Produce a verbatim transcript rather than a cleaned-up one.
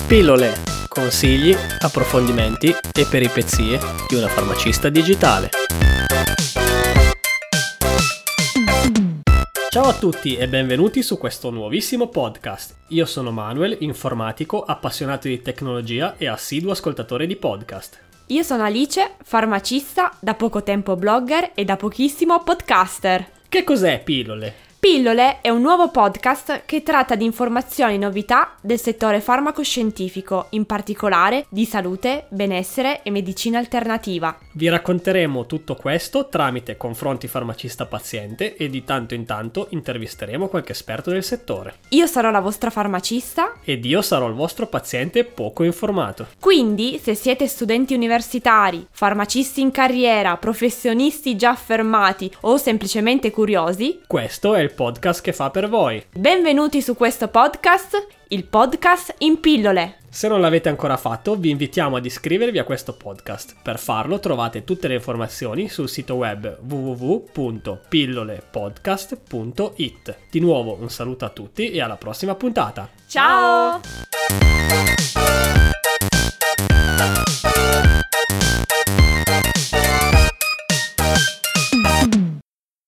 Pillole, consigli, approfondimenti e peripezie di una farmacista digitale. Ciao a tutti e benvenuti su questo nuovissimo podcast. Io sono Manuel, informatico, appassionato di tecnologia e assiduo ascoltatore di podcast. Io sono Alice, farmacista, da poco tempo blogger e da pochissimo podcaster. Che cos'è Pillole? Pillole è un nuovo podcast che tratta di informazioni e novità del settore farmacoscientifico, in particolare di salute, benessere e medicina alternativa. Vi racconteremo tutto questo tramite confronti farmacista-paziente e di tanto in tanto intervisteremo qualche esperto del settore. Io sarò la vostra farmacista Ed io sarò il vostro paziente poco informato. Quindi, se siete studenti universitari, farmacisti in carriera, professionisti già affermati o semplicemente curiosi, Questo è il podcast che fa per voi. benvenuti su questo podcast, il podcast in pillole. Se non l'avete ancora fatto, vi invitiamo ad iscrivervi a questo podcast. Per farlo trovate tutte le informazioni sul sito web w w w punto pillolepodcast punto it. Di nuovo un saluto a tutti e alla prossima puntata. Ciao!